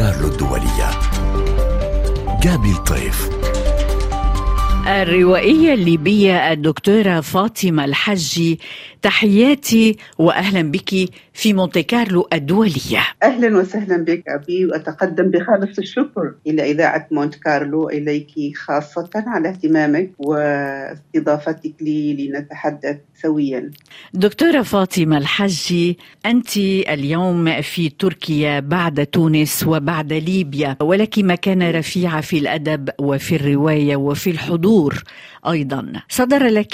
كارلو الدولية. جابي الطيف. الروائية الليبية الدكتورة فاطمة الحجي، تحياتي وأهلا بك في مونتي كارلو الدولية. أهلا وسهلا بك أبي، وأتقدم بخالص الشكر إلى إذاعة مونت كارلو، إليك خاصة على اهتمامك واستضافتك لي لنتحدث سويا. دكتورة فاطمة الحجي، أنت اليوم في تركيا بعد تونس وبعد ليبيا، ولك مكانة رفيعة في الأدب وفي الرواية وفي الحضور أيضا. صدر لك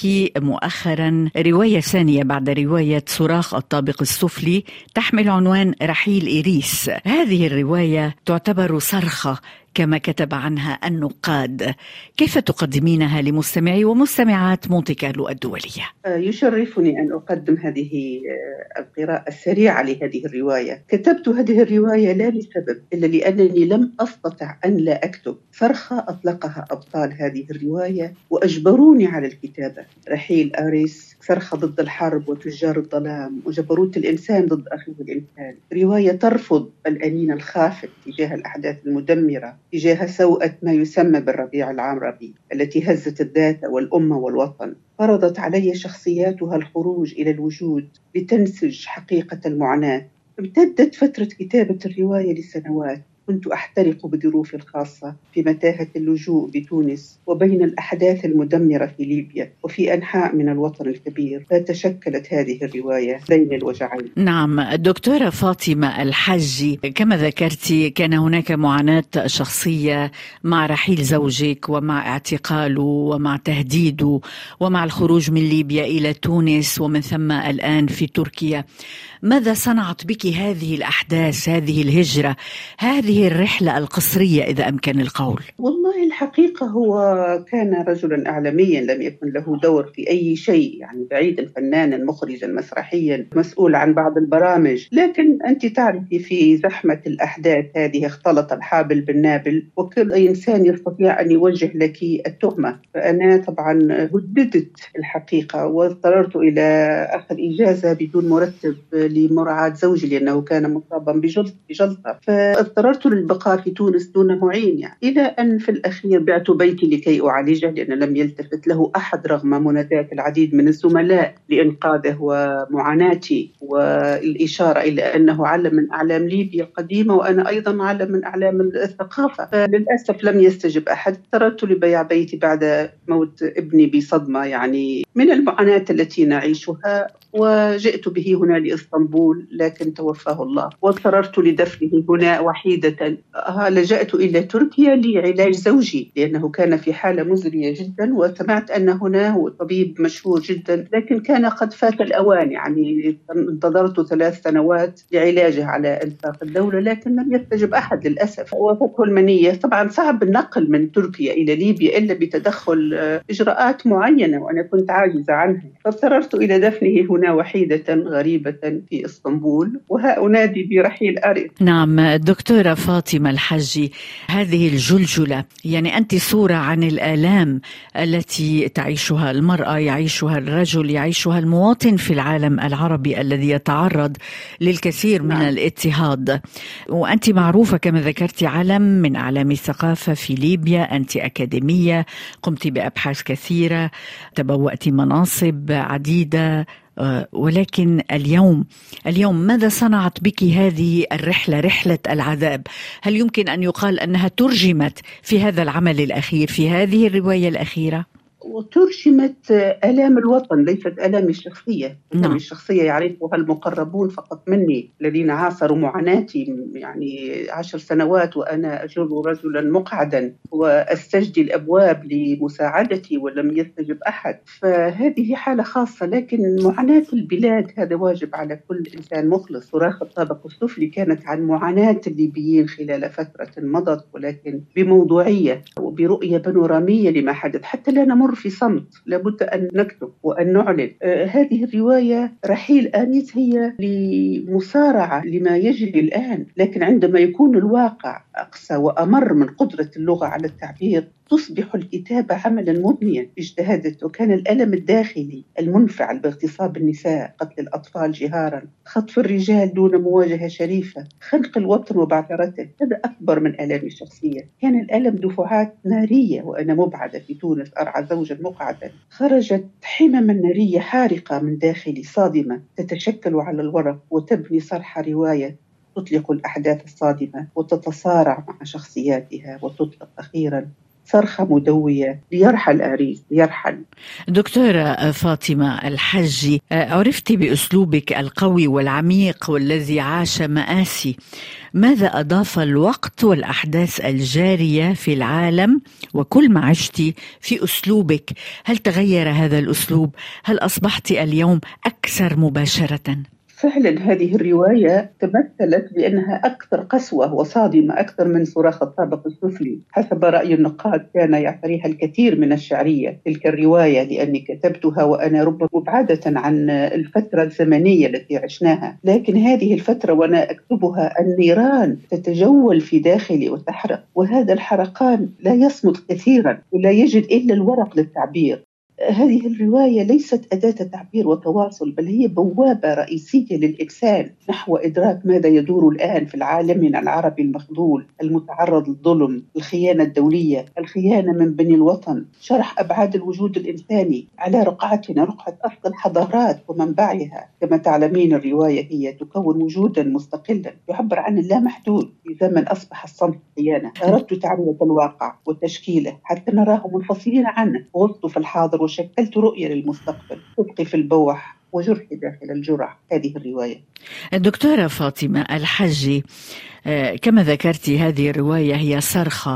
مؤخرا رواية ثانية بعد رواية صراخ الطابق السفلي تحمل عنوان رحيل إيريس. هذه الرواية تعتبر صرخة كما كتب عنها النقاد. كيف تقدمينها لمستمعي ومستمعات مونتي كارلو الدولية؟ يشرفني أن أقدم هذه القراءة السريعة لهذه الرواية. كتبت هذه الرواية لا لسبب إلا لأنني لم أستطع أن لا أكتب. صرخة أطلقها أبطال هذه الرواية وأجبروني على الكتابة. رحيل إيريس صرخة ضد الحرب وتجار الظلام وجبروت الإنسان ضد أخيه الإنسان. رواية ترفض الأنين الخافت تجاه الأحداث المدمرة، تجاه سوءة ما يسمى بالربيع العربي التي هزت الذات والأمة والوطن. فرضت علي شخصياتها الخروج إلى الوجود لتنسج حقيقة المعاناة. امتدت فترة كتابة الرواية لسنوات. كنت أحترق بظروفي الخاصة في متاهة اللجوء بتونس وبين الأحداث المدمرة في ليبيا وفي أنحاء من الوطن الكبير، فتشكلت هذه الرواية بين الوجعين. نعم دكتورة فاطمة الحجي، كما ذكرتي كان هناك معاناة شخصية مع رحيل زوجك ومع اعتقاله ومع تهديده ومع الخروج من ليبيا إلى تونس ومن ثم الآن في تركيا. ماذا صنعت بك هذه الأحداث، هذه الهجرة، هذه الرحلة القصرية إذا أمكن القول؟ والله الحقيقة هو كان رجلا إعلاميا، لم يكن له دور في أي شيء، يعني بعيدا فنانا مخرجا مسرحيا مسؤول عن بعض البرامج. لكن أنت تعرفي في زحمة الأحداث هذه اختلط الحابل بالنابل، وكل إنسان يستطيع أن يوجه لك التهمة. فأنا طبعا هددت الحقيقة واضطررت إلى أخذ إجازة بدون مرتب لمراعاة زوجي لأنه كان مصابا بجلطة، فاضطررت للبقاء في تونس دون معين يعني. إلى أن في الأخير بعت بيتي لكي أعالجه لأن لم يلتفت له أحد رغم منادات العديد من الزملاء لإنقاذه ومعاناتي والإشارة إلى أنه علم من أعلام ليبيا القديمة وأنا أيضا علم من أعلام الثقافة. فللأسف لم يستجب أحد. اضطررت لبيع بيتي بعد موت ابني بصدمة يعني من المعاناة التي نعيشها، وجئت به هنا لإسطنبول لكن توفاه الله، واضطررت لدفنه هنا وحيدة. لجأت إلى تركيا لعلاج زوجي لأنه كان في حالة مزرية جدا، وسمعت أن هنا هو طبيب مشهور جدا لكن كان قد فات الأوان. يعني انتظرت 3 سنوات لعلاجه على إنفاق الدولة لكن لم يستجب أحد للأسف. وافته المنية. طبعا صعب النقل من تركيا إلى ليبيا إلا بتدخل إجراءات معينة وأنا كنت عاجزة عنها، فاضطررت إلى دفنه هنا وحيدة غريبة في إسطنبول، وها أنادي برحيل إيريس. نعم دكتورة فاطمة الحجي، هذه الجلجلة يعني أنت صورة عن الآلام التي تعيشها المرأة، يعيشها الرجل، يعيشها المواطن في العالم العربي الذي يتعرض للكثير من الاضطهاد. وأنت معروفة كما ذكرتي علم من أعلام الثقافة في ليبيا، أنت أكاديمية، قمت بأبحاث كثيرة، تبوأت مناصب عديدة. ولكن اليوم ماذا صنعت بك هذه الرحلة، رحلة العذاب؟ هل يمكن أن يقال أنها ترجمت في هذا العمل الأخير، في هذه الرواية الأخيرة؟ وترجمت آلام الوطن ليست آلامي الشخصية. آلامي الشخصية يعرفها المقربون فقط مني الذين عاصروا معاناتي، يعني 10 سنوات وأنا أجر رجلا مقعدا وأستجدي الأبواب لمساعدتي ولم يستجب أحد. فهذه حالة خاصة، لكن معاناة البلاد هذا واجب على كل إنسان مخلص. صراخ الطابق السفلي كانت عن معاناة الليبيين خلال فترة مضت، ولكن بموضوعية وبرؤية بانورامية لما حدث حتى لا نمر في صمت. لابد أن نكتب وأن نعلن. هذه الرواية رحيل إيريس هي لمسارعة لما يجري الآن، لكن عندما يكون الواقع أقسى وأمر من قدرة اللغة على التعبير، تصبح الكتابة عملا مبنيا باجتهادته. كان الألم الداخلي المنفعل باغتصاب النساء، قتل الأطفال جهارا، خطف الرجال دون مواجهة شريفة، خنق الوطن وبعثرته، هذا أكبر من آلامي الشخصية. كان الألم دفعات نارية، وأنا مبعدة في تونس أرعى زوجا مقعدا، خرجت حمما نارية حارقة من داخلي صادمة تتشكل على الورق وتبني صرح رواية تطلق الأحداث الصادمة وتتصارع مع شخصياتها وتطلق أخيرا صرخة مدوية: ليرحل أريس، ليرحل. دكتورة فاطمة الحجي، عرفت بأسلوبك القوي والعميق والذي عاش مآسي. ماذا أضاف الوقت والأحداث الجارية في العالم وكل ما عشتي في أسلوبك؟ هل تغير هذا الأسلوب؟ هل أصبحت اليوم أكثر مباشرة؟ فعلا هذه الرواية تمثلت بأنها أكثر قسوة وصادمة، أكثر من صراخ الطابق السفلي. حسب رأي النقاد كان يعتريها الكثير من الشعرية تلك الرواية، لأني كتبتها وأنا ربما مبعدة عن الفترة الزمنية التي عشناها، لكن هذه الفترة وأنا أكتبها النيران تتجول في داخلي وتحرق، وهذا الحرقان لا يصمت كثيرا ولا يجد إلا الورق للتعبير. هذه الرواية ليست أداة تعبير وتواصل، بل هي بوابة رئيسية للإنسان نحو إدراك ماذا يدور الآن في العالم العربي المخذول المتعرض للظلم، الخيانة الدولية، الخيانة من بني الوطن، شرح أبعاد الوجود الإنساني على رقعتنا، رقعة أصل الحضارات ومنبعها. كما تعلمين الرواية هي تكون وجودا مستقلا يعبر عن اللامحدود في زمن أصبح الصمت خيانة. أردت تعبير الواقع وتشكيله حتى نراه منفصلين عنه، وغصت في الحاضر وشكلت رؤية للمستقبل تبقي في البوح وجرح داخل الجرح. هذه الرواية. الدكتورة فاطمة الحجي، كما ذكرتي هذه الرواية هي صرخة،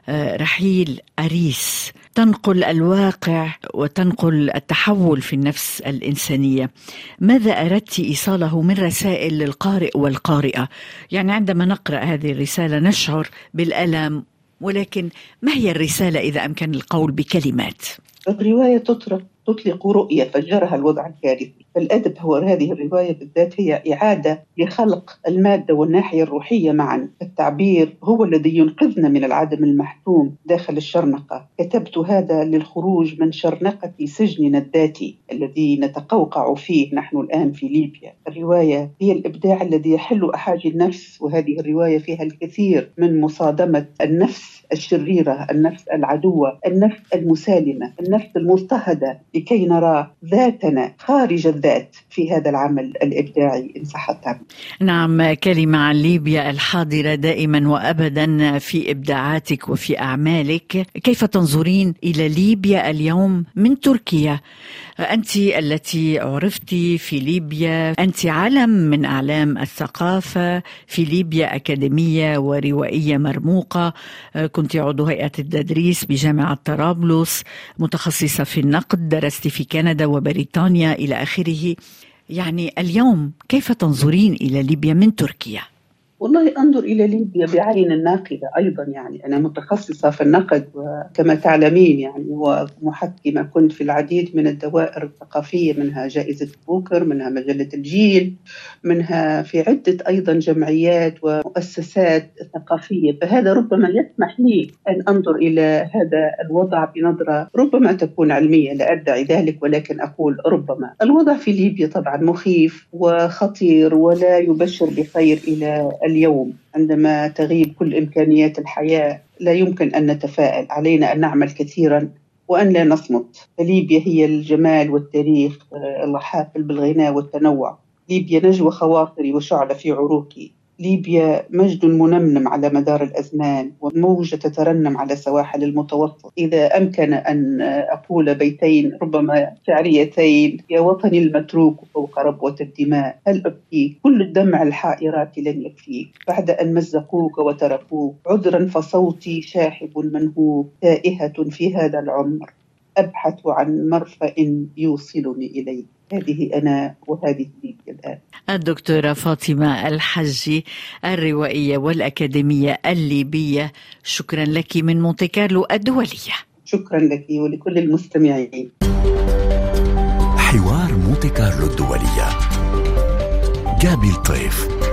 رحيل أريس، تنقل الواقع وتنقل التحول في النفس الإنسانية. ماذا أردت إيصاله من رسائل للقارئ والقارئة؟ يعني عندما نقرأ هذه الرسالة نشعر بالألم، ولكن ما هي الرسالة إذا أمكن القول بكلمات؟ الرواية تطلق رؤية فجرها الوضع الكارثي. فالأدب هو هذه الرواية بالذات هي إعادة لخلق المادة والناحية الروحية معا. التعبير هو الذي ينقذنا من العدم المحتوم داخل الشرنقة. كتبت هذا للخروج من شرنقة سجننا الذاتي الذي نتقوقع فيه نحن الآن في ليبيا. الرواية هي الإبداع الذي يحل أحاجي النفس، وهذه الرواية فيها الكثير من مصادمة النفس الشريرة، النفس العدوة، النفس المسالمة، النفس المضطهدة، لكي نرى ذاتنا خارج الذات في هذا العمل الإبداعي إن صح التعبير. نعم، كلمة عن ليبيا الحاضرة دائما وأبدا في إبداعاتك وفي أعمالك. كيف تنظرين إلى ليبيا اليوم من تركيا؟ أنت التي عرفتِ في ليبيا، أنت علم من أعلام الثقافة في ليبيا، أكاديمية وروائية مرموقة، كنت عضو هيئة التدريس بجامعة طرابلس، متخصصة في النقد، درست في كندا وبريطانيا إلى آخره. يعني اليوم كيف تنظرين إلى ليبيا من تركيا؟ والله أنظر إلى ليبيا بعين الناقدة أيضا. يعني أنا متخصصة في النقد وكما تعلمين يعني ومحكمة كنت في العديد من الدوائر الثقافية، منها جائزة بوكر، منها مجلة الجيل، منها في عدة أيضا جمعيات ومؤسسات ثقافية. فهذا ربما يسمح لي أن أنظر إلى هذا الوضع بنظرة ربما تكون علمية، لا أدعي ذلك، ولكن أقول ربما. الوضع في ليبيا طبعا مخيف وخطير ولا يبشر بخير إلى اليوم. عندما تغيب كل إمكانيات الحياة لا يمكن أن نتفائل، علينا أن نعمل كثيرا وأن لا نصمت. ليبيا هي الجمال والتاريخ، الله حافل بالغناء والتنوع. ليبيا نجوى خواطري وشعلة في عروقي. ليبيا مجد منمنم على مدار الأزمان وموجة تترنم على سواحل المتوسط. إذا أمكن أن أقول بيتين ربما شعريتين: يا وطني المتروك فوق ربوة الدماء، هل أبكيك؟ كل الدمع الحائرات لن يكفيك بعد أن مزقوك وتركوك. عذرا فصوتي شاحب منهوب، تائهة في هذا العمر أبحث عن مرفأ يوصلني إليه. هذه أنا وهذه ليبيا الآن. الدكتورة فاطمة الحجي، الروائية والأكاديمية الليبية، شكرا لك من مونتي كارلو الدولية. شكرا لك ولكل المستمعين. حوار مونتي كارلو الدولية، جابي الطيف.